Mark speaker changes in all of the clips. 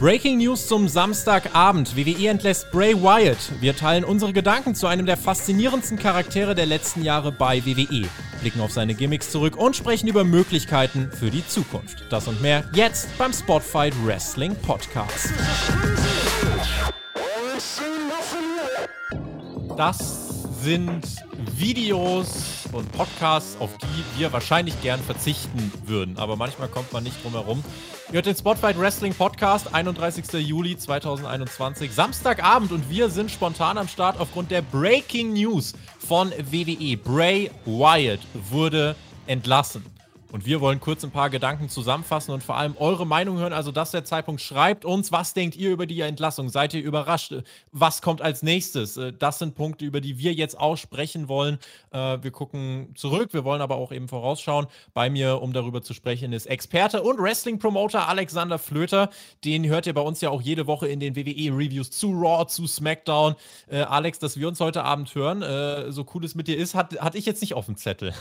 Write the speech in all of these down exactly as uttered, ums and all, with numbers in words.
Speaker 1: Breaking News zum Samstagabend. W W E entlässt Bray Wyatt. Wir teilen unsere Gedanken zu einem der faszinierendsten Charaktere der letzten Jahre bei W W E. Blicken auf seine Gimmicks zurück und sprechen über Möglichkeiten für die Zukunft. Das und mehr jetzt beim Spotfight Wrestling Podcast. Das sind Videos und Podcasts, auf die wir wahrscheinlich gern verzichten würden. Aber manchmal kommt man nicht drum herum. Ihr hört den Spotfight Wrestling Podcast, einunddreißigster Juli zweitausendeinundzwanzig, Samstagabend, und wir sind spontan am Start aufgrund der Breaking News von W W E. Bray Wyatt wurde entlassen. Und wir wollen kurz ein paar Gedanken zusammenfassen und vor allem eure Meinung hören. Also das ist der Zeitpunkt. Schreibt uns, was denkt ihr über die Entlassung? Seid ihr überrascht? Was kommt als nächstes? Das sind Punkte, über die wir jetzt auch sprechen wollen. Wir gucken zurück, wir wollen aber auch eben vorausschauen. Bei mir, um darüber zu sprechen, ist Experte und Wrestling-Promoter Alexander Flöter. Den hört ihr bei uns ja auch jede Woche in den W W E-Reviews zu Raw, zu SmackDown. Äh, Alex, dass wir uns heute Abend hören, äh, so cool es mit dir ist, hat, hatte ich jetzt nicht auf dem Zettel.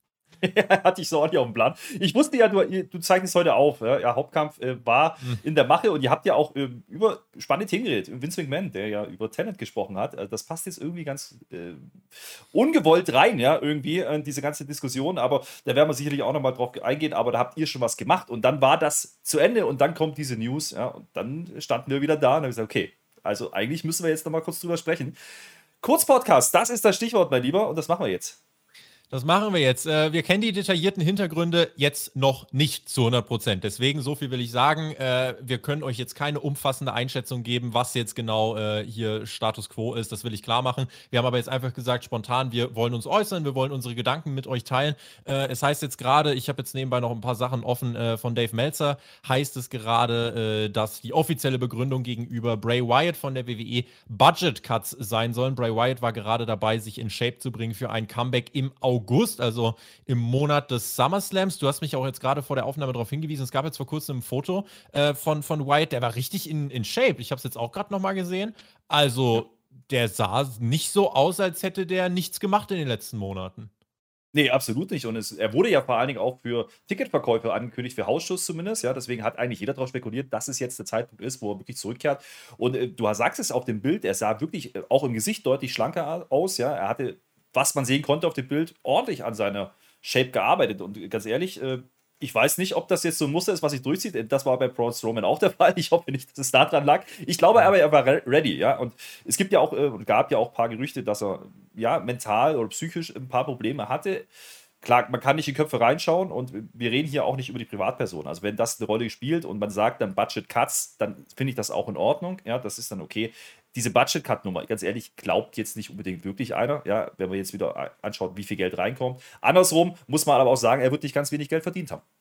Speaker 2: Ja, hatte ich so auch nicht auf dem Plan. Ich wusste ja, du, du zeichnest heute auf. Ja, ja Hauptkampf äh, war hm. in der Mache und ihr habt ja auch äh, über spannende Themen geredet. Vince McMahon, der ja über Tenet gesprochen hat. Also das passt jetzt irgendwie ganz äh, ungewollt rein, ja, irgendwie, äh, diese ganze Diskussion. Aber da werden wir sicherlich auch nochmal drauf eingehen. Aber da habt ihr schon was gemacht und dann war das zu Ende und dann kommt diese News. Ja, und dann standen wir wieder da und haben gesagt, okay, also eigentlich müssen wir jetzt nochmal kurz drüber sprechen. Kurzpodcast, das ist das Stichwort, mein Lieber, und das machen wir jetzt.
Speaker 1: Das machen wir jetzt. Wir kennen die detaillierten Hintergründe jetzt noch nicht zu hundert Prozent. Deswegen, so viel will ich sagen, wir können euch jetzt keine umfassende Einschätzung geben, was jetzt genau hier Status Quo ist. Das will ich klar machen. Wir haben aber jetzt einfach gesagt, spontan, wir wollen uns äußern, wir wollen unsere Gedanken mit euch teilen. Es heißt jetzt gerade, ich habe jetzt nebenbei noch ein paar Sachen offen von Dave Meltzer, heißt es gerade, dass die offizielle Begründung gegenüber Bray Wyatt von der W W E Budget Cuts sein sollen. Bray Wyatt war gerade dabei, sich in Shape zu bringen für ein Comeback im August. August, also im Monat des SummerSlams. Du hast mich auch jetzt gerade vor der Aufnahme darauf hingewiesen, es gab jetzt vor kurzem ein Foto äh, von, von Wyatt, der war richtig in, in Shape. Ich habe es jetzt auch gerade nochmal gesehen. Also der sah nicht so aus, als hätte der nichts gemacht in den letzten Monaten.
Speaker 2: Nee, absolut nicht. Und es, er wurde ja vor allen Dingen auch für Ticketverkäufe angekündigt, für Hausschuss zumindest. Ja, deswegen hat eigentlich jeder darauf spekuliert, dass es jetzt der Zeitpunkt ist, wo er wirklich zurückkehrt. Und äh, du sagst es auf dem Bild, er sah wirklich äh, auch im Gesicht deutlich schlanker aus. Ja, er hatte, was man sehen konnte auf dem Bild, ordentlich an seiner Shape gearbeitet. Und ganz ehrlich, äh, ich weiß nicht, ob das jetzt so ein Muster ist, was sich durchzieht. Das war bei Braun Strowman auch der Fall. Ich hoffe nicht, dass es da dran lag. Ich glaube aber, er war ready. Ja? Und es gibt ja auch, äh, gab ja auch ein paar Gerüchte, dass er ja, mental oder psychisch ein paar Probleme hatte. Klar, man kann nicht in die Köpfe reinschauen und wir reden hier auch nicht über die Privatperson. Also wenn das eine Rolle spielt und man sagt dann Budget Cuts, dann finde ich das auch in Ordnung. Ja, das ist dann okay. Diese Budget Cut Nummer, ganz ehrlich, glaubt jetzt nicht unbedingt wirklich einer. Ja, wenn man jetzt wieder anschaut, wie viel Geld reinkommt. Andersrum muss man aber auch sagen, er wird nicht ganz wenig Geld verdient haben.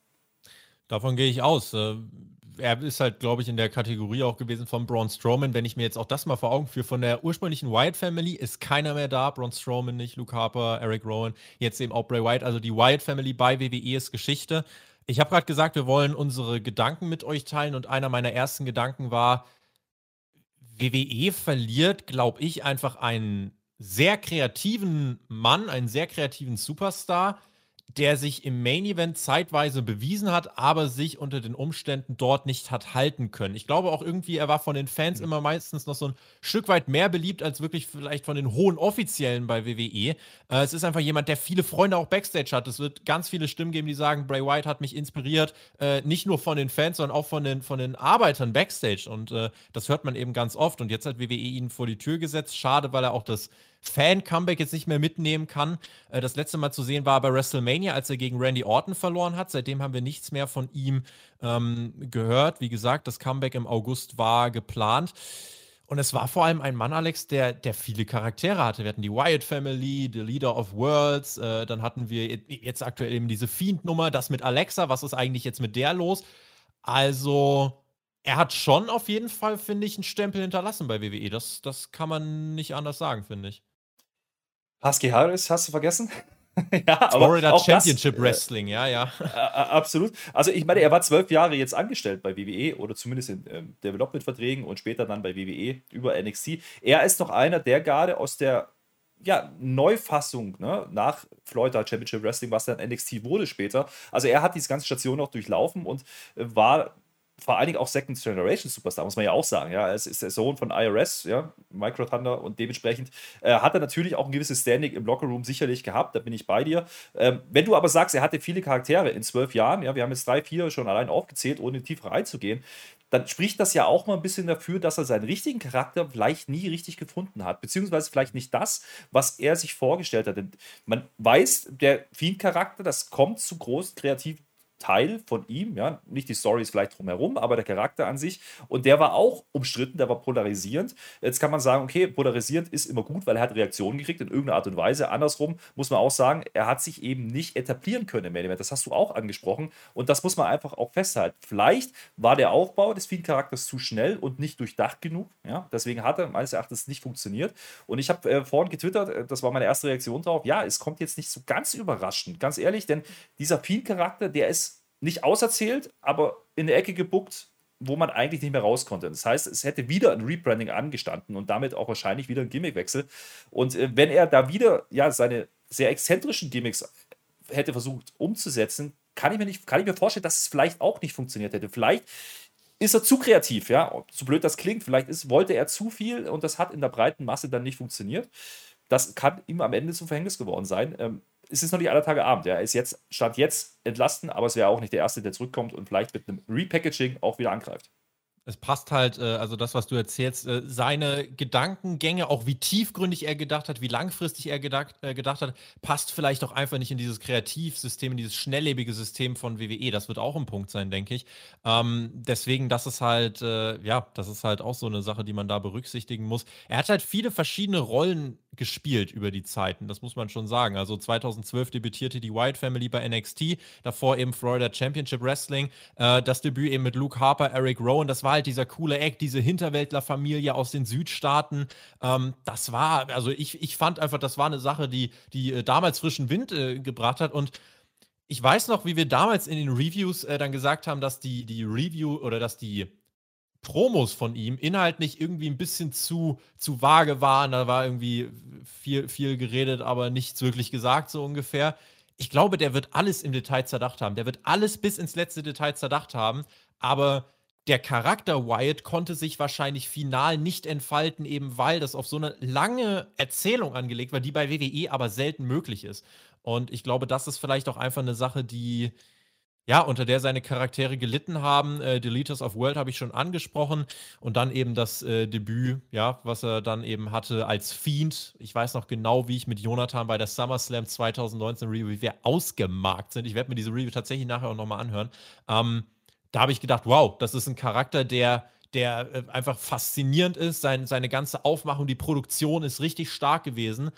Speaker 1: Davon gehe ich aus. Er ist halt, glaube ich, in der Kategorie auch gewesen von Braun Strowman. Wenn ich mir jetzt auch das mal vor Augen führe, von der ursprünglichen Wyatt Family ist keiner mehr da. Braun Strowman nicht, Luke Harper, Eric Rowan, jetzt eben auch Bray Wyatt. Also die Wyatt Family bei W W E ist Geschichte. Ich habe gerade gesagt, wir wollen unsere Gedanken mit euch teilen und einer meiner ersten Gedanken war, W W E verliert, glaube ich, einfach einen sehr kreativen Mann, einen sehr kreativen Superstar, der sich im Main Event zeitweise bewiesen hat, aber sich unter den Umständen dort nicht hat halten können. Ich glaube auch irgendwie, er war von den Fans mhm. immer meistens noch so ein Stück weit mehr beliebt als wirklich vielleicht von den hohen Offiziellen bei W W E. Äh, es ist einfach jemand, der viele Freunde auch Backstage hat. Es wird ganz viele Stimmen geben, die sagen, Bray Wyatt hat mich inspiriert, äh, nicht nur von den Fans, sondern auch von den, von den Arbeitern Backstage. Und äh, das hört man eben ganz oft. Und jetzt hat W W E ihn vor die Tür gesetzt. Schade, weil er auch das Fan-Comeback jetzt nicht mehr mitnehmen kann. Äh, das letzte Mal zu sehen war bei WrestleMania, als er gegen Randy Orton verloren hat. Seitdem haben wir nichts mehr von ihm ähm, gehört. Wie gesagt, das Comeback im August war geplant. Und es war vor allem ein Mann, Alex, der, der viele Charaktere hatte. Wir hatten die Wyatt Family, The Leader of Worlds, äh, dann hatten wir jetzt aktuell eben diese Fiend-Nummer, das mit Alexa. Was ist eigentlich jetzt mit der los? Also, er hat schon auf jeden Fall, finde ich, einen Stempel hinterlassen bei W W E. Das, das kann man nicht anders sagen, finde ich.
Speaker 2: Husky Harris, hast du vergessen? Ja,
Speaker 1: Florida
Speaker 2: aber
Speaker 1: Championship
Speaker 2: das,
Speaker 1: Wrestling, ja, ja.
Speaker 2: Äh, absolut. Also ich meine, er war zwölf Jahre jetzt angestellt bei W W E oder zumindest in ähm, Development-Verträgen und später dann bei W W E über N X T. Er ist noch einer der Garde aus der ja, Neufassung, ne, nach Florida Championship Wrestling, was dann N X T wurde später. Also er hat diese ganze Station noch durchlaufen und äh, war vor allen Dingen auch Second Generation Superstar, muss man ja auch sagen. Ja, es ist der Sohn von I R S, ja, Micro Thunder, und dementsprechend äh, hat er natürlich auch ein gewisses Standing im Lockerroom sicherlich gehabt, da bin ich bei dir. Ähm, wenn du aber sagst, er hatte viele Charaktere in zwölf Jahren, ja, wir haben jetzt drei, vier schon allein aufgezählt, ohne tiefer einzugehen, dann spricht das ja auch mal ein bisschen dafür, dass er seinen richtigen Charakter vielleicht nie richtig gefunden hat, beziehungsweise vielleicht nicht das, was er sich vorgestellt hat. Denn man weiß, der Fiend-Charakter, das kommt zu großen kreativen Teil von ihm, ja, nicht die Stories vielleicht drumherum, aber der Charakter an sich. Und der war auch umstritten, der war polarisierend. Jetzt kann man sagen, okay, polarisierend ist immer gut, weil er hat Reaktionen gekriegt in irgendeiner Art und Weise. Andersrum muss man auch sagen, er hat sich eben nicht etablieren können im Main Event. Das hast du auch angesprochen. Und das muss man einfach auch festhalten. Vielleicht war der Aufbau des Fiend-Charakters zu schnell und nicht durchdacht genug. Ja? Deswegen hat er meines Erachtens nicht funktioniert. Und ich habe äh, vorhin getwittert, äh, das war meine erste Reaktion darauf, ja, es kommt jetzt nicht so ganz überraschend, ganz ehrlich, denn dieser Fiend-Charakter, der ist nicht auserzählt, aber in der Ecke gebuckt, wo man eigentlich nicht mehr raus konnte. Das heißt, es hätte wieder ein Rebranding angestanden und damit auch wahrscheinlich wieder ein Gimmickwechsel. Und äh, wenn er da wieder ja, seine sehr exzentrischen Gimmicks hätte versucht umzusetzen, kann ich mir nicht, kann ich mir vorstellen, dass es vielleicht auch nicht funktioniert hätte. Vielleicht ist er zu kreativ, ja, so blöd das klingt. Vielleicht ist, wollte er zu viel und das hat in der breiten Masse dann nicht funktioniert. Das kann ihm am Ende zum Verhängnis geworden sein. Ähm, es ist noch nicht aller Tage Abend. Ja. Er ist jetzt, Stand jetzt entlasten, aber es wäre auch nicht der Erste, der zurückkommt und vielleicht mit einem Repackaging auch wieder angreift.
Speaker 1: Es passt halt, äh, also das, was du erzählst, äh, seine Gedankengänge, auch wie tiefgründig er gedacht hat, wie langfristig er gedacht, äh, gedacht hat, passt vielleicht auch einfach nicht in dieses Kreativsystem, in dieses schnelllebige System von W W E. Das wird auch ein Punkt sein, denke ich. Ähm, deswegen, das ist halt, äh, ja, das ist halt auch so eine Sache, die man da berücksichtigen muss. Er hat halt viele verschiedene Rollen gespielt über die Zeiten, das muss man schon sagen. Also zweitausendzwölf debütierte die Wyatt Family bei N X T, davor eben Florida Championship Wrestling, äh, das Debüt eben mit Luke Harper, Eric Rowan, das war halt dieser coole Eck, diese Hinterwäldlerfamilie aus den Südstaaten. Ähm, das war, also ich, ich fand einfach, das war eine Sache, die, die äh, damals frischen Wind äh, gebracht hat. Und ich weiß noch, wie wir damals in den Reviews äh, dann gesagt haben, dass die, die Review oder dass die Promos von ihm inhaltlich irgendwie ein bisschen zu, zu vage waren. Da war irgendwie viel, viel geredet, aber nichts wirklich gesagt, so ungefähr. Ich glaube, der wird alles im Detail zerdacht haben. Der wird alles bis ins letzte Detail zerdacht haben. Aber der Charakter Wyatt konnte sich wahrscheinlich final nicht entfalten, eben weil das auf so eine lange Erzählung angelegt war, die bei W W E aber selten möglich ist. Und ich glaube, das ist vielleicht auch einfach eine Sache, die ja, unter der seine Charaktere gelitten haben. Äh, Deleters of World habe ich schon angesprochen. Und dann eben das äh, Debüt, ja, was er dann eben hatte als Fiend. Ich weiß noch genau, wie ich mit Jonathan bei der SummerSlam zwanzig neunzehn Review, wie wir ausgemarkt sind. Ich werde mir diese Review tatsächlich nachher auch nochmal anhören. Ähm, da habe ich gedacht, wow, das ist ein Charakter, der, der äh, einfach faszinierend ist. Sein, seine ganze Aufmachung, die Produktion ist richtig stark gewesen.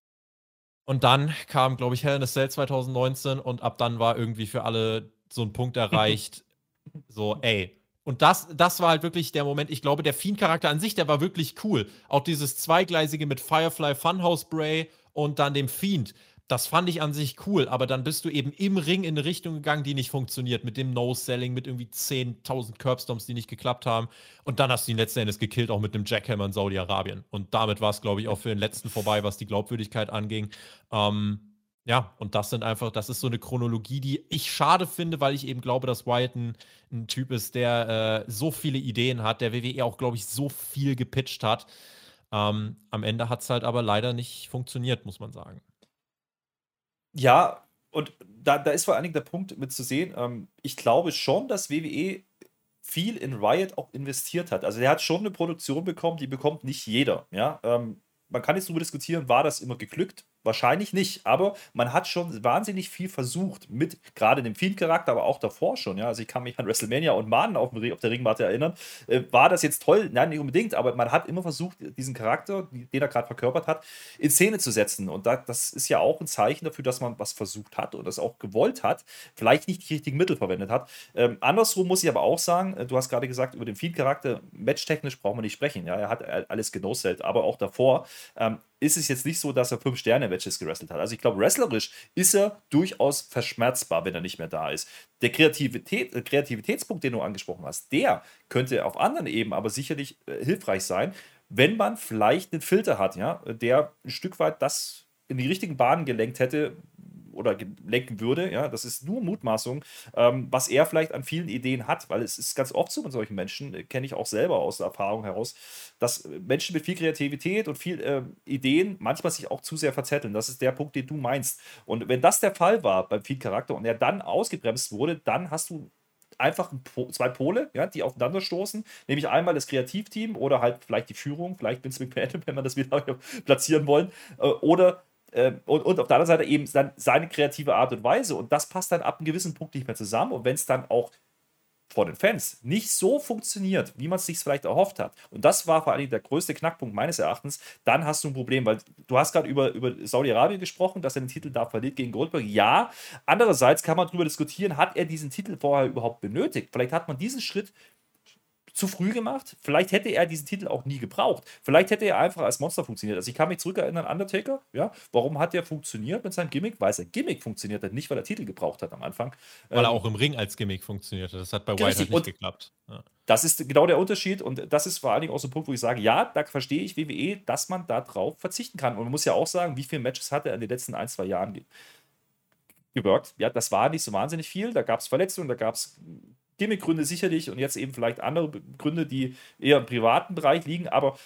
Speaker 1: Und dann kam, glaube ich, Hell in a Cell zwanzig neunzehn und ab dann war irgendwie für alle so ein Punkt erreicht, so, ey. Und das, das war halt wirklich der Moment, ich glaube, der Fiend-Charakter an sich, der war wirklich cool. Auch dieses Zweigleisige mit Firefly Funhouse Bray und dann dem Fiend, das fand ich an sich cool, aber dann bist du eben im Ring in eine Richtung gegangen, die nicht funktioniert, mit dem No-Selling, mit irgendwie zehntausend Curbstomps, die nicht geklappt haben. Und dann hast du ihn letzten Endes gekillt, auch mit einem Jackhammer in Saudi-Arabien. Und damit war es, glaube ich, auch für den letzten vorbei, was die Glaubwürdigkeit anging. Ähm, ja, und das sind einfach, das ist so eine Chronologie, die ich schade finde, weil ich eben glaube, dass Wyatt ein, ein Typ ist, der äh, so viele Ideen hat, der W W E auch, glaube ich, so viel gepitcht hat. Ähm, am Ende hat es halt aber leider nicht funktioniert, muss man sagen.
Speaker 2: Ja, und da, da ist vor allen Dingen der Punkt mit zu sehen, ähm, ich glaube schon, dass W W E viel in Riot auch investiert hat. Also der hat schon eine Produktion bekommen, die bekommt nicht jeder. Ja? Ähm, man kann jetzt darüber diskutieren, war das immer geglückt? Wahrscheinlich nicht, aber man hat schon wahnsinnig viel versucht mit gerade dem Fiend-Charakter, aber auch davor schon. Ja? Also ich kann mich an WrestleMania und Maden auf, dem, auf der Ringmatte erinnern. Äh, war das jetzt toll? Nein, nicht unbedingt, aber man hat immer versucht, diesen Charakter, den er gerade verkörpert hat, in Szene zu setzen. Und da, das ist ja auch ein Zeichen dafür, dass man was versucht hat und das auch gewollt hat, vielleicht nicht die richtigen Mittel verwendet hat. Ähm, andersrum muss ich aber auch sagen, äh, du hast gerade gesagt, über den Fiend-Charakter, matchtechnisch brauchen wir nicht sprechen. Ja? Er hat alles genoselt, aber auch davor ähm, ist es jetzt nicht so, dass er fünf-Sterne-Matches gewrestelt hat. Also ich glaube, wrestlerisch ist er durchaus verschmerzbar, wenn er nicht mehr da ist. Der Kreativität, äh, Kreativitätspunkt, den du angesprochen hast, der könnte auf anderen Ebenen aber sicherlich äh, hilfreich sein, wenn man vielleicht einen Filter hat, ja, der ein Stück weit das in die richtigen Bahnen gelenkt hätte, oder lenken würde. Ja, das ist nur Mutmaßung, ähm, was er vielleicht an vielen Ideen hat, weil es ist ganz oft so mit solchen Menschen, äh, kenne ich auch selber aus der Erfahrung heraus, dass Menschen mit viel Kreativität und viel äh, Ideen manchmal sich auch zu sehr verzetteln. Das ist der Punkt, den du meinst. Und wenn das der Fall war beim Feed-Charakter und er dann ausgebremst wurde, dann hast du einfach po zwei Pole, ja, die aufeinanderstoßen, nämlich einmal das Kreativteam oder halt vielleicht die Führung, vielleicht Vince McMahon, wenn man das wieder platzieren wollen, äh, oder äh, und, und auf der anderen Seite eben dann seine kreative Art und Weise und das passt dann ab einem gewissen Punkt nicht mehr zusammen und wenn es dann auch vor den Fans nicht so funktioniert, wie man es sich vielleicht erhofft hat. Und das war vor allem der größte Knackpunkt meines Erachtens. Dann hast du ein Problem, weil du hast gerade über, über Saudi-Arabien gesprochen, dass er den Titel da verliert gegen Goldberg. Ja, andererseits kann man darüber diskutieren, hat er diesen Titel vorher überhaupt benötigt? Vielleicht hat man diesen Schritt zu früh gemacht. Vielleicht hätte er diesen Titel auch nie gebraucht. Vielleicht hätte er einfach als Monster funktioniert. Also ich kann mich zurückerinnern, Undertaker, ja, warum hat der funktioniert mit seinem Gimmick? Weil sein Gimmick funktioniert hat, nicht weil er Titel gebraucht hat am Anfang.
Speaker 1: Weil er
Speaker 2: Ähm,
Speaker 1: auch im Ring als Gimmick funktionierte. Das hat bei White
Speaker 2: richtig.
Speaker 1: halt nicht
Speaker 2: Und
Speaker 1: geklappt. Ja.
Speaker 2: das ist genau der Unterschied und das ist vor allen Dingen auch so ein Punkt, wo ich sage, ja, da verstehe ich W W E, dass man da drauf verzichten kann. Und man muss ja auch sagen, wie viele Matches hat er in den letzten ein, zwei Jahren ge gewirkt? Ja, das war nicht so wahnsinnig viel. Da gab es Verletzungen, da gab es Gimmickgründe sicherlich und jetzt eben vielleicht andere Gründe, die eher im privaten Bereich liegen. Aber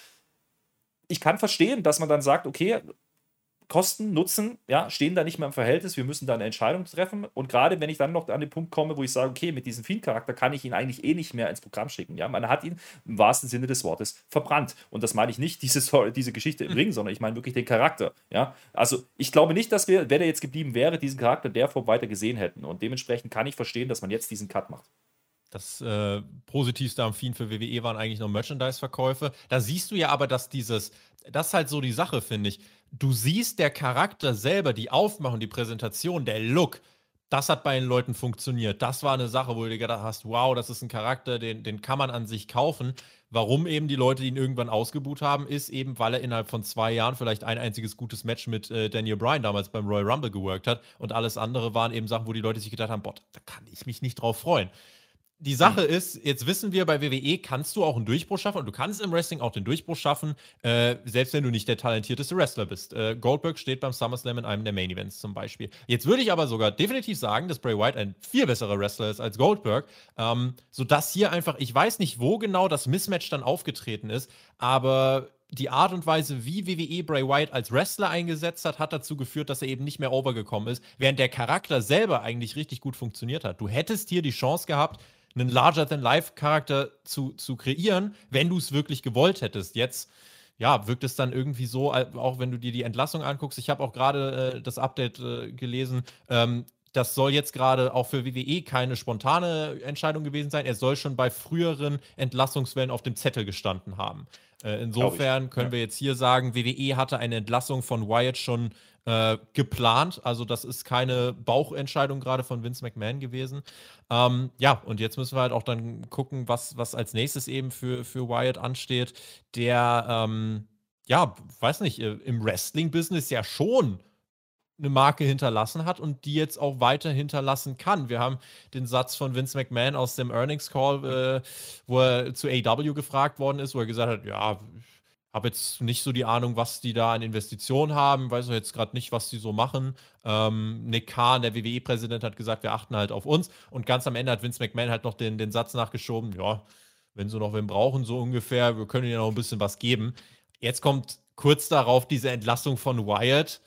Speaker 2: ich kann verstehen, dass man dann sagt, okay, Kosten, Nutzen, ja, stehen da nicht mehr im Verhältnis. Wir müssen da eine Entscheidung treffen. Und gerade wenn ich dann noch an den Punkt komme, wo ich sage, okay, mit diesem Fiend-Charakter kann ich ihn eigentlich eh nicht mehr ins Programm schicken. Ja, man hat ihn im wahrsten Sinne des Wortes verbrannt. Und das meine ich nicht diese, Story, diese Geschichte im Ring, sondern ich meine wirklich den Charakter. Ja, also ich glaube nicht, dass wir, wenn er jetzt geblieben wäre, diesen Charakter der Form weiter gesehen hätten. Und dementsprechend kann ich verstehen, dass man jetzt diesen Cut macht.
Speaker 1: Das äh, Positivste am Fiend für W W E waren eigentlich noch Merchandise-Verkäufe. Da siehst du ja aber, dass dieses, das ist halt so die Sache, finde ich. Du siehst der Charakter selber, die Aufmachung, die Präsentation, der Look, das hat bei den Leuten funktioniert. Das war eine Sache, wo du dir gedacht hast, wow, das ist ein Charakter, den, den kann man an sich kaufen. Warum eben die Leute ihn irgendwann ausgebuht haben, ist eben, weil er innerhalb von zwei Jahren vielleicht ein einziges gutes Match mit äh, Daniel Bryan damals beim Royal Rumble geworkt hat und alles andere waren eben Sachen, wo die Leute sich gedacht haben, boah, da kann ich mich nicht drauf freuen. Die Sache ist, jetzt wissen wir, bei W W E kannst du auch einen Durchbruch schaffen und du kannst im Wrestling auch den Durchbruch schaffen, äh, selbst wenn du nicht der talentierteste Wrestler bist. Äh, Goldberg steht beim SummerSlam in einem der Main Events zum Beispiel. Jetzt würde ich aber sogar definitiv sagen, dass Bray Wyatt ein viel besserer Wrestler ist als Goldberg, ähm, sodass hier einfach, ich weiß nicht, wo genau das Mismatch dann aufgetreten ist, aber die Art und Weise, wie W W E Bray Wyatt als Wrestler eingesetzt hat, hat dazu geführt, dass er eben nicht mehr overgekommen ist, während der Charakter selber eigentlich richtig gut funktioniert hat. Du hättest hier die Chance gehabt, einen Larger-than-Life-Charakter zu, zu kreieren, wenn du es wirklich gewollt hättest. Jetzt, ja, wirkt es dann irgendwie so, auch wenn du dir die Entlassung anguckst. Ich habe auch gerade äh, das Update äh, gelesen. Ähm, das soll jetzt gerade auch für W W E keine spontane Entscheidung gewesen sein. Er soll schon bei früheren Entlassungswellen auf dem Zettel gestanden haben. Äh, insofern können ja. wir jetzt hier sagen, W W E hatte eine Entlassung von Wyatt schon äh, geplant. Also das ist keine Bauchentscheidung gerade von Vince McMahon gewesen. Ähm, ja, und jetzt müssen wir halt auch dann gucken, was, was als nächstes eben für, für Wyatt ansteht, der, ähm, ja, weiß nicht, im Wrestling-Business ja schon eine Marke hinterlassen hat und die jetzt auch weiter hinterlassen kann. Wir haben den Satz von Vince McMahon aus dem Earnings Call, äh, wo er zu A E W gefragt worden ist, wo er gesagt hat, ja, ich habe jetzt nicht so die Ahnung, was die da an Investitionen haben, weiß auch jetzt gerade nicht, was die so machen. Ähm, Nick Khan, der W W E-Präsident, hat gesagt, wir achten halt auf uns und ganz am Ende hat Vince McMahon halt noch den, den Satz nachgeschoben, ja, wenn sie noch wen brauchen, so ungefähr, wir können ihnen noch ein bisschen was geben. Jetzt kommt kurz darauf diese Entlassung von Wyatt.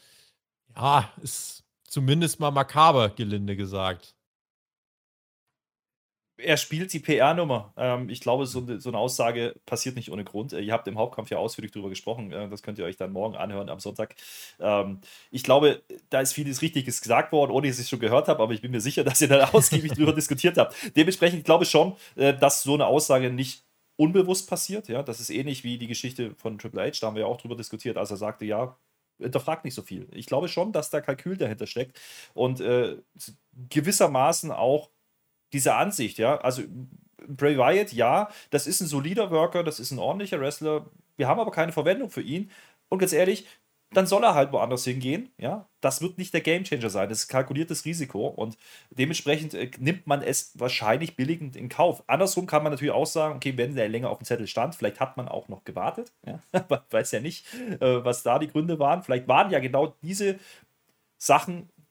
Speaker 1: Ja, ist zumindest mal makaber, gelinde gesagt.
Speaker 2: Er spielt die P R-Nummer. Ähm, ich glaube, so, so eine Aussage passiert nicht ohne Grund. Ihr habt im Hauptkampf ja ausführlich darüber gesprochen. Äh, das könnt ihr euch dann morgen anhören am Sonntag. Ähm, ich glaube, da ist vieles Richtiges gesagt worden, ohne dass ich es schon gehört habe, aber ich bin mir sicher, dass ihr da ausgiebig darüber diskutiert habt. Dementsprechend glaube ich schon, äh, dass so eine Aussage nicht unbewusst passiert. Ja? Das ist ähnlich wie die Geschichte von Triple H. Da haben wir ja auch drüber diskutiert, als er sagte, ja, hinterfragt nicht so viel. Ich glaube schon, dass da Kalkül dahinter steckt und äh, gewissermaßen auch diese Ansicht, ja, also Bray Wyatt, ja, das ist ein solider Worker, das ist ein ordentlicher Wrestler, wir haben aber keine Verwendung für ihn und ganz ehrlich, dann soll er halt woanders hingehen, ja, das wird nicht der Gamechanger sein, das ist kalkuliertes Risiko und dementsprechend äh, nimmt man es wahrscheinlich billigend in Kauf. Andersrum kann man natürlich auch sagen, okay, wenn der länger auf dem Zettel stand, vielleicht hat man auch noch gewartet, ja, man weiß ja nicht, äh, was da die Gründe waren, vielleicht waren ja genau diese Sachen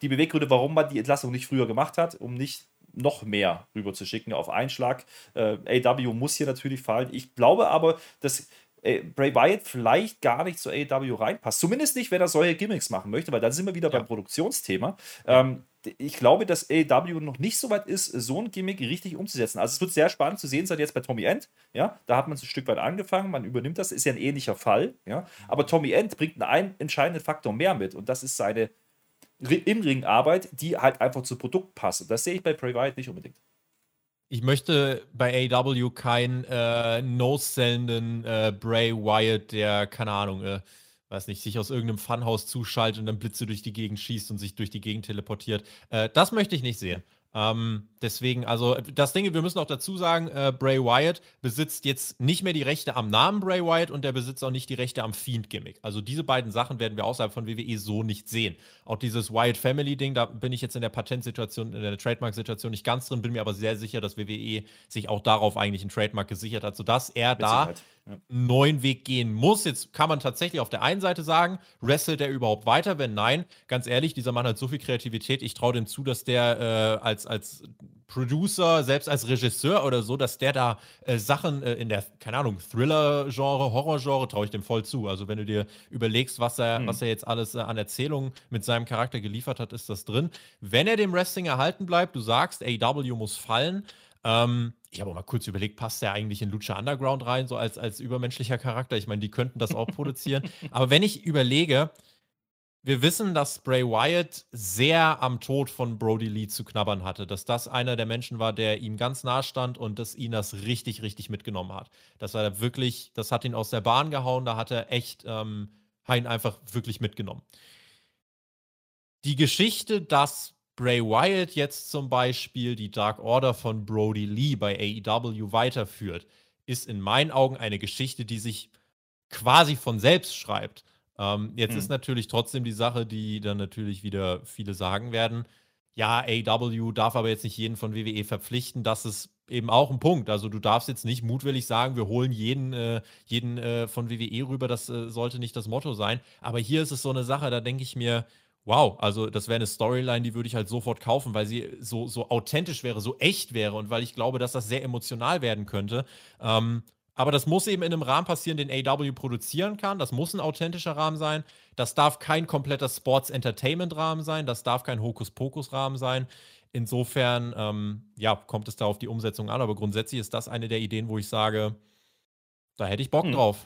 Speaker 2: die Beweggründe, warum man die Entlassung nicht früher gemacht hat, um nicht noch mehr rüber zu schicken auf einen Schlag. Äh, A E W muss hier natürlich fallen. Ich glaube aber, dass äh, Bray Wyatt vielleicht gar nicht zu A E W reinpasst. Zumindest nicht, wenn er solche Gimmicks machen möchte, weil dann sind wir wieder
Speaker 1: Ja.
Speaker 2: beim Produktionsthema.
Speaker 1: Ja.
Speaker 2: Ähm, ich glaube, dass A E W noch nicht so weit ist, so ein Gimmick richtig umzusetzen. Also es wird sehr spannend zu sehen sein jetzt bei Tommy End. Ja, da hat man es ein Stück weit angefangen, man übernimmt das, ist ja ein ähnlicher Fall. Ja, aber Tommy End bringt einen entscheidenden Faktor mehr mit und das ist seine Im-Ring-Arbeit, die halt einfach zu Produkt passt. Und das sehe ich bei Bray Wyatt nicht unbedingt.
Speaker 1: Ich möchte bei A E W keinen äh, no-sellenden äh, Bray Wyatt, der, keine Ahnung, äh, weiß nicht, sich aus irgendeinem Funhaus zuschaltet und dann Blitze durch die Gegend schießt und sich durch die Gegend teleportiert. Äh, das möchte ich nicht sehen. Ähm, deswegen, also das Ding, wir müssen auch dazu sagen, äh, Bray Wyatt besitzt jetzt nicht mehr die Rechte am Namen Bray Wyatt und der besitzt auch nicht die Rechte am Fiend-Gimmick. Also diese beiden Sachen werden wir außerhalb von W W E so nicht sehen. Auch dieses Wyatt Family-Ding, da bin ich jetzt in der Patentsituation, in der Trademark-Situation nicht ganz drin, bin mir aber sehr sicher, dass W W E sich auch darauf eigentlich einen Trademark gesichert hat, sodass er
Speaker 2: Mit
Speaker 1: da
Speaker 2: Sicherheit. Ja.
Speaker 1: einen neuen Weg gehen muss. Jetzt kann man tatsächlich auf der einen Seite sagen, wrestelt er überhaupt weiter? Wenn nein, ganz ehrlich, dieser Mann hat so viel Kreativität, ich traue dem zu, dass der äh, als, als Producer, selbst als Regisseur oder so, dass der da äh, Sachen äh, in der, keine Ahnung, Thriller-Genre, Horror-Genre, traue ich dem voll zu. Also wenn du dir überlegst, was er,
Speaker 2: Hm.
Speaker 1: was er jetzt alles äh, an Erzählungen mit seinem Charakter geliefert hat, ist das drin. Wenn er dem Wrestling erhalten bleibt, du sagst, A E W muss fallen. Ähm, ich habe auch mal kurz überlegt, passt der eigentlich in Lucha Underground rein, so als, als übermenschlicher Charakter? Ich meine, die könnten das auch produzieren. Aber wenn ich überlege, wir wissen, dass Bray Wyatt sehr am Tod von Brody Lee zu knabbern hatte, dass das einer der Menschen war, der ihm ganz nah stand und dass ihn das richtig, richtig mitgenommen hat. Das war wirklich, das hat ihn aus der Bahn gehauen, da hat er echt ähm, ihn einfach wirklich mitgenommen. Die Geschichte, dass Bray Wyatt jetzt zum Beispiel die Dark Order von Brody Lee bei A E W weiterführt, ist in meinen Augen eine Geschichte, die sich quasi von selbst schreibt. Ähm, jetzt ist
Speaker 2: Hm.
Speaker 1: natürlich trotzdem die Sache, die dann natürlich wieder viele sagen werden, ja, A E W darf aber jetzt nicht jeden von W W E verpflichten. Das ist eben auch ein Punkt. Also du darfst jetzt nicht mutwillig sagen, wir holen jeden, äh, jeden äh, von W W E rüber. Das äh, sollte nicht das Motto sein. Aber hier ist es so eine Sache, da denke ich mir, wow, also das wäre eine Storyline, die würde ich halt sofort kaufen, weil sie so, so authentisch wäre, so echt wäre und weil ich glaube, dass das sehr emotional werden könnte. Ähm, aber das muss eben in einem Rahmen passieren, den A E W produzieren kann. Das muss ein authentischer Rahmen sein. Das darf kein kompletter Sports-Entertainment-Rahmen sein. Das darf kein Hokuspokus-Rahmen sein. Insofern, ähm, ja, kommt es da auf die Umsetzung an. Aber grundsätzlich ist das eine der Ideen, wo ich sage, da hätte ich Bock
Speaker 2: Hm.
Speaker 1: drauf.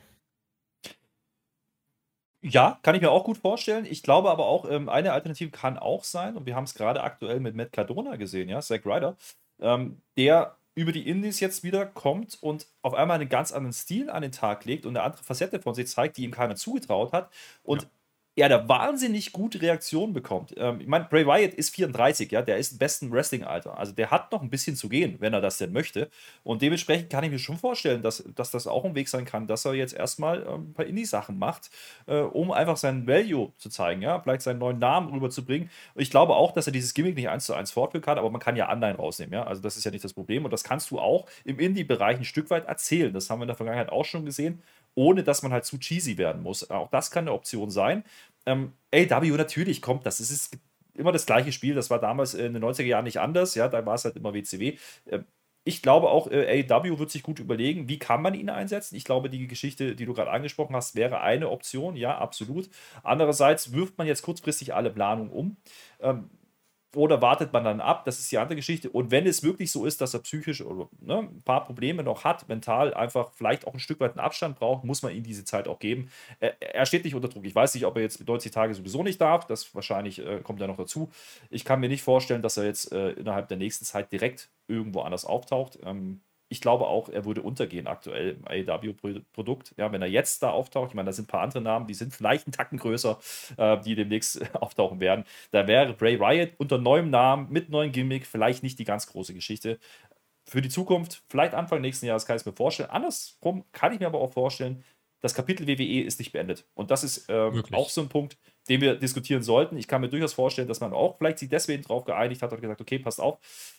Speaker 2: Ja, kann ich mir auch gut vorstellen. Ich glaube aber auch, ähm, eine Alternative kann auch sein, und wir haben es gerade aktuell mit Matt Cardona gesehen, ja, Zack Ryder, ähm, der über die Indies jetzt wieder kommt und auf einmal einen ganz anderen Stil an den Tag legt und eine andere Facette von sich zeigt, die ihm keiner zugetraut hat.
Speaker 1: Ja.
Speaker 2: Und er da wahnsinnig gute Reaktionen bekommt. Ähm, ich meine, Bray Wyatt ist vierunddreißig, ja, der ist im besten Wrestling-Alter. Also der hat noch ein bisschen zu gehen, wenn er das denn möchte. Und dementsprechend kann ich mir schon vorstellen, dass, dass das auch ein Weg sein kann, dass er jetzt erstmal ähm, ein paar Indie-Sachen macht, äh, um einfach seinen Value zu zeigen, ja, vielleicht seinen neuen Namen rüberzubringen. Und ich glaube auch, dass er dieses Gimmick nicht eins zu eins fortführen kann, aber man kann ja Anleihen rausnehmen, ja. Also das ist ja nicht das Problem. Und das kannst du auch im Indie-Bereich ein Stück weit erzählen. Das haben wir in der Vergangenheit auch schon gesehen, ohne dass man halt zu cheesy werden muss. Auch das kann eine Option sein. Ähm, A E W natürlich kommt das. Es ist immer das gleiche Spiel. Das war damals in den neunziger Jahren nicht anders. Ja, da war es halt immer W C W. Ähm, ich glaube auch, äh, A E W wird sich gut überlegen, wie kann man ihn einsetzen. Ich glaube, die Geschichte, die du gerade angesprochen hast, wäre eine Option. Ja, absolut. Andererseits wirft man jetzt kurzfristig alle Planungen um. Ähm, oder wartet man dann ab? Das ist die andere Geschichte. Und wenn es wirklich so ist, dass er psychisch oder, ne, ein paar Probleme noch hat, mental einfach vielleicht auch ein Stück weit einen Abstand braucht, muss man ihm diese Zeit auch geben. Er, er steht nicht unter Druck. Ich weiß nicht, ob er jetzt mit neunzig Tage sowieso nicht darf. Das wahrscheinlich äh, kommt ja noch dazu. Ich kann mir nicht vorstellen, dass er jetzt äh, innerhalb der nächsten Zeit direkt irgendwo anders auftaucht. Ähm, ich glaube auch, er würde untergehen aktuell im A E W-Produkt. Ja, wenn er jetzt da auftaucht, ich meine, da sind ein paar andere Namen, die sind vielleicht einen Tacken größer, äh, die demnächst auftauchen werden. Da wäre Bray Wyatt unter neuem Namen, mit neuem Gimmick, vielleicht nicht die ganz große Geschichte. Für die Zukunft, vielleicht Anfang nächsten Jahres kann ich es mir vorstellen. Andersrum kann ich mir aber auch vorstellen, das Kapitel W W E ist nicht beendet. Und das ist ähm, auch so ein Punkt, den wir diskutieren sollten. Ich kann mir durchaus vorstellen, dass man auch vielleicht sich deswegen darauf geeinigt hat und gesagt, okay, passt auf,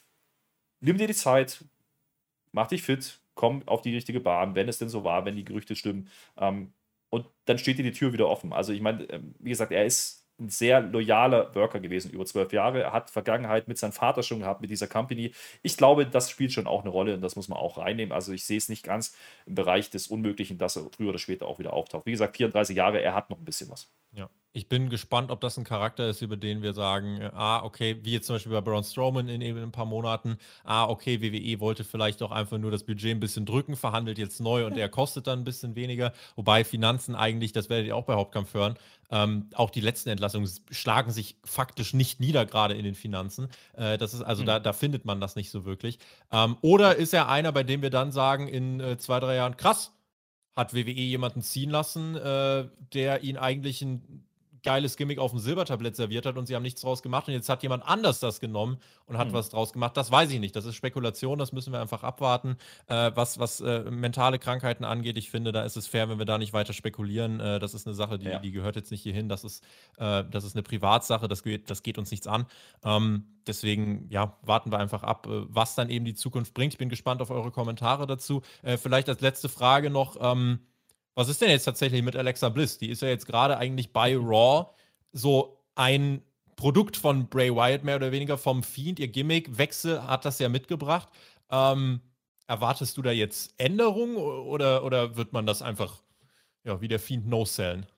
Speaker 2: nimm dir die Zeit, mach dich fit, komm auf die richtige Bahn, wenn es denn so war, wenn die Gerüchte stimmen. Ähm, und dann steht dir die Tür wieder offen. Also ich meine, ähm, wie gesagt, er ist ein sehr loyaler Worker gewesen über zwölf Jahre. Er hat Vergangenheit mit seinem Vater schon gehabt, mit dieser Company. Ich glaube, das spielt schon auch eine Rolle und das muss man auch reinnehmen. Also ich sehe es nicht ganz im Bereich des Unmöglichen, dass er früher oder später auch wieder auftaucht. Wie gesagt, vierunddreißig Jahre, er hat noch ein bisschen was.
Speaker 1: Ja. Ich bin gespannt, ob das ein Charakter ist, über den wir sagen, äh, ah, okay, wie jetzt zum Beispiel bei Braun Strowman in eben ein paar Monaten, ah, okay, W W E wollte vielleicht auch einfach nur das Budget ein bisschen drücken, verhandelt jetzt neu und der kostet dann ein bisschen weniger. Wobei Finanzen eigentlich, das werdet ihr auch bei Hauptkampf hören, ähm, auch die letzten Entlassungen schlagen sich faktisch nicht nieder, gerade in den Finanzen. Äh, das ist also,
Speaker 2: Hm.
Speaker 1: da, da findet man das nicht so wirklich. Ähm, oder ist er einer, bei dem wir dann sagen, in äh, zwei, drei Jahren, krass, hat W W E jemanden ziehen lassen, äh, der ihn eigentlich ein geiles Gimmick auf dem Silbertablett serviert hat und sie haben nichts draus gemacht und jetzt hat jemand anders das genommen und hat
Speaker 2: Hm.
Speaker 1: was draus gemacht. Das weiß ich nicht. Das ist Spekulation, das müssen wir einfach abwarten. Äh, was was äh, mentale Krankheiten angeht, ich finde, da ist es fair, wenn wir da nicht weiter spekulieren. Äh, das ist eine Sache, die,
Speaker 2: Ja.
Speaker 1: die gehört jetzt nicht hierhin. Das ist, äh, das ist eine Privatsache, das geht, das geht uns nichts an. Ähm, deswegen, ja, warten wir einfach ab, äh, was dann eben die Zukunft bringt. Ich bin gespannt auf eure Kommentare dazu. Äh, vielleicht als letzte Frage noch, ähm, was ist denn jetzt tatsächlich mit Alexa Bliss? Die ist ja jetzt gerade eigentlich bei Raw so ein Produkt von Bray Wyatt, mehr oder weniger vom Fiend. Ihr Gimmick, Wechsel hat das ja mitgebracht. Ähm, erwartest du da jetzt Änderungen oder, oder wird man das einfach ja, wie der Fiend no-sellen?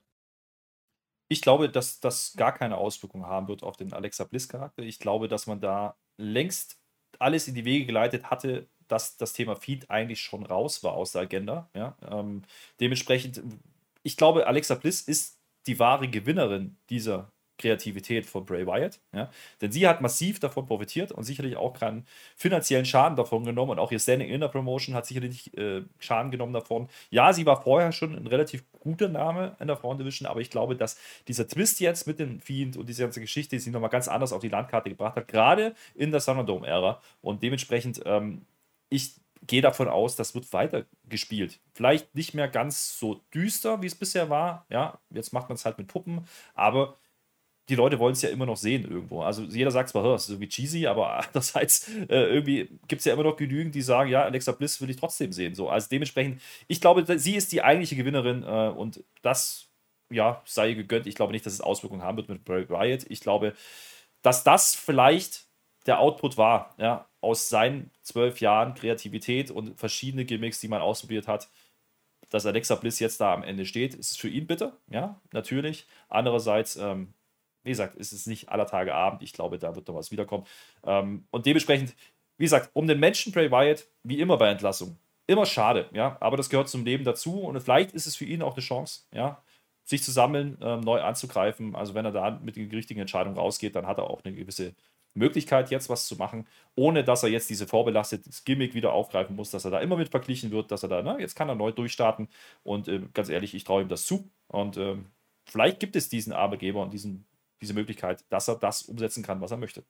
Speaker 2: Ich glaube, dass das gar keine Auswirkungen haben wird auf den Alexa Bliss-Charakter. Ich glaube, dass man da längst alles in die Wege geleitet hatte, dass das Thema Feed eigentlich schon raus war aus der Agenda. Ja? Ähm, dementsprechend, ich glaube, Alexa Bliss ist die wahre Gewinnerin dieser Kreativität von Bray Wyatt. Ja? Denn sie hat massiv davon profitiert und sicherlich auch keinen finanziellen Schaden davon genommen. Und auch ihr Standing in der Promotion hat sicherlich äh, Schaden genommen davon. Ja, sie war vorher schon ein relativ guter Name in der Frauendivision, aber ich glaube, dass dieser Twist jetzt mit dem Fiend und diese ganze Geschichte sie nochmal ganz anders auf die Landkarte gebracht hat, gerade in der Thunderdome-Ära. Und dementsprechend, ähm, ich gehe davon aus, das wird weiter gespielt. Vielleicht nicht mehr ganz so düster, wie es bisher war. Ja, jetzt macht man es halt mit Puppen, aber die Leute wollen es ja immer noch sehen irgendwo. Also jeder sagt zwar, das ist irgendwie cheesy, aber andererseits äh, irgendwie gibt es ja immer noch genügend, die sagen, ja, Alexa Bliss will ich trotzdem sehen. So, also dementsprechend, ich glaube, sie ist die eigentliche Gewinnerin äh, und das, ja, sei ihr gegönnt. Ich glaube nicht, dass es Auswirkungen haben wird mit Bray Wyatt. Ich glaube, dass das vielleicht der Output war, ja, aus seinen zwölf Jahren Kreativität und verschiedene Gimmicks, die man ausprobiert hat, dass Alexa Bliss jetzt da am Ende steht. Ist es für ihn bitter, ja, natürlich. Andererseits, ähm, wie gesagt, ist es nicht aller Tage Abend. Ich glaube, da wird noch was wiederkommen. Ähm, und dementsprechend, wie gesagt, um den Menschen Bray Wyatt, wie immer bei Entlassung, immer schade, ja, aber das gehört zum Leben dazu und vielleicht ist es für ihn auch eine Chance, ja, sich zu sammeln, ähm, neu anzugreifen. Also wenn er da mit den richtigen Entscheidungen rausgeht, dann hat er auch eine gewisse Möglichkeit, jetzt was zu machen, ohne dass er jetzt diese vorbelastete Gimmick wieder aufgreifen muss, dass er da immer mit verglichen wird, dass er da, na, jetzt kann er neu durchstarten und äh, ganz ehrlich, ich traue ihm das zu und ähm, vielleicht gibt es diesen Arbeitgeber und diesen diese Möglichkeit, dass er das umsetzen kann, was er möchte.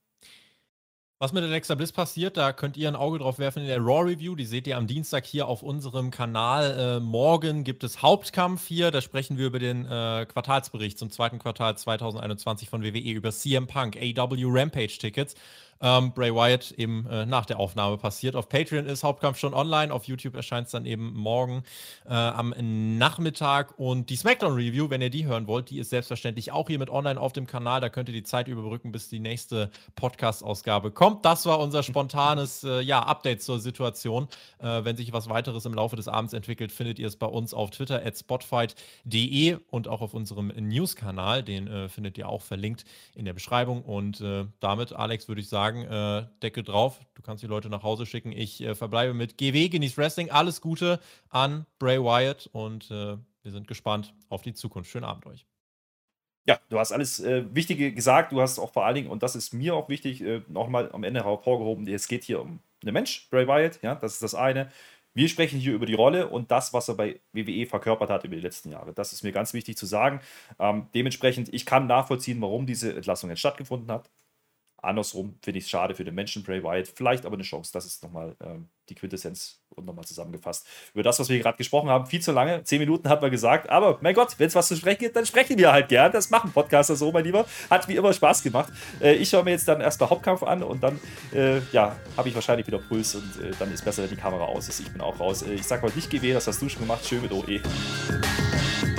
Speaker 1: Was mit Alexa Bliss passiert, da könnt ihr ein Auge drauf werfen in der Raw Review. Die seht ihr am Dienstag hier auf unserem Kanal. Äh, morgen gibt es Hauptkampf hier. Da sprechen wir über den äh, Quartalsbericht zum zweiten Quartal zwanzig einundzwanzig von W W E, über C M Punk, A E W Rampage-Tickets. Ähm, Bray Wyatt eben äh, nach der Aufnahme passiert. Auf Patreon ist Hauptkampf schon online, auf YouTube erscheint es dann eben morgen äh, am Nachmittag. Und die Smackdown-Review, wenn ihr die hören wollt, die ist selbstverständlich auch hier mit online auf dem Kanal. Da könnt ihr die Zeit überbrücken, bis die nächste Podcast-Ausgabe kommt. Das war unser spontanes äh, ja, Update zur Situation. Äh, wenn sich was weiteres im Laufe des Abends entwickelt, findet ihr es bei uns auf Twitter at spotfight punkt de und auch auf unserem News-Kanal. Den äh, findet ihr auch verlinkt in der Beschreibung. Und äh, damit, Alex, würde ich sagen, Äh, Deckel drauf. Du kannst die Leute nach Hause schicken. Ich äh, verbleibe mit G W, genießt Wrestling. Alles Gute an Bray Wyatt und äh, wir sind gespannt auf die Zukunft. Schönen Abend euch.
Speaker 2: Ja, du hast alles äh, Wichtige gesagt. Du hast auch vor allen Dingen, und das ist mir auch wichtig, äh, nochmal am Ende hervorgehoben, es geht hier um einen Mensch, Bray Wyatt. Ja, das ist das eine. Wir sprechen hier über die Rolle und das, was er bei W W E verkörpert hat über die letzten Jahre. Das ist mir ganz wichtig zu sagen. Ähm, dementsprechend, ich kann nachvollziehen, warum diese Entlassung jetzt stattgefunden hat. Andersrum finde ich es schade für den Menschen Bray Wyatt. Vielleicht aber eine Chance. Das ist nochmal ähm, die Quintessenz und nochmal zusammengefasst. Über das, was wir gerade gesprochen haben, viel zu lange. Zehn Minuten hat man gesagt. Aber mein Gott, wenn es was zu sprechen gibt, dann sprechen wir halt gern. Das machen Podcaster so, mein Lieber. Hat wie immer Spaß gemacht. Äh, ich höre mir jetzt dann erstmal Hauptkampf an und dann äh, ja, habe ich wahrscheinlich wieder Puls und äh, dann ist besser, wenn die Kamera aus ist. Ich bin auch raus. Äh, ich sage heute nicht G W, das hast du schon gemacht. Schön mit O E.